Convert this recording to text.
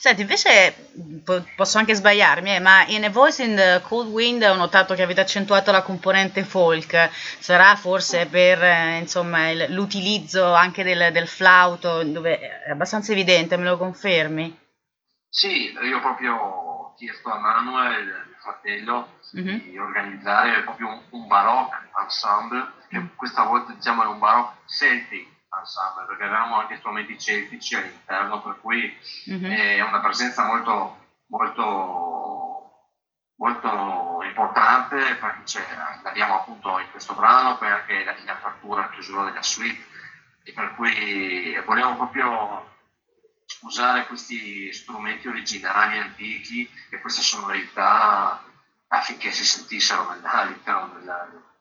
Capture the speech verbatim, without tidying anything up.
Senti, invece po- posso anche sbagliarmi, eh, ma in A Voice in the Cold Wind ho notato che avete accentuato la componente folk. Sarà forse per eh, insomma il- l'utilizzo anche del, del flauto, dove è abbastanza evidente, me lo confermi? Sì, io proprio ho chiesto a Manuel, mio fratello, Mhm. di organizzare proprio un, un baroque ensemble, Mm. che questa volta diciamo è un baroque celtic ensemble, perché avevamo anche strumenti celtici all'interno, per cui Mhm. è una presenza molto, molto, molto importante, perché c'è- l'abbiamo appunto in questo brano, poi anche in apertura e chiusura della suite, e per cui volevo proprio usare questi strumenti originali, antichi e questa sonorità affinché si sentissero nel- all'interno del,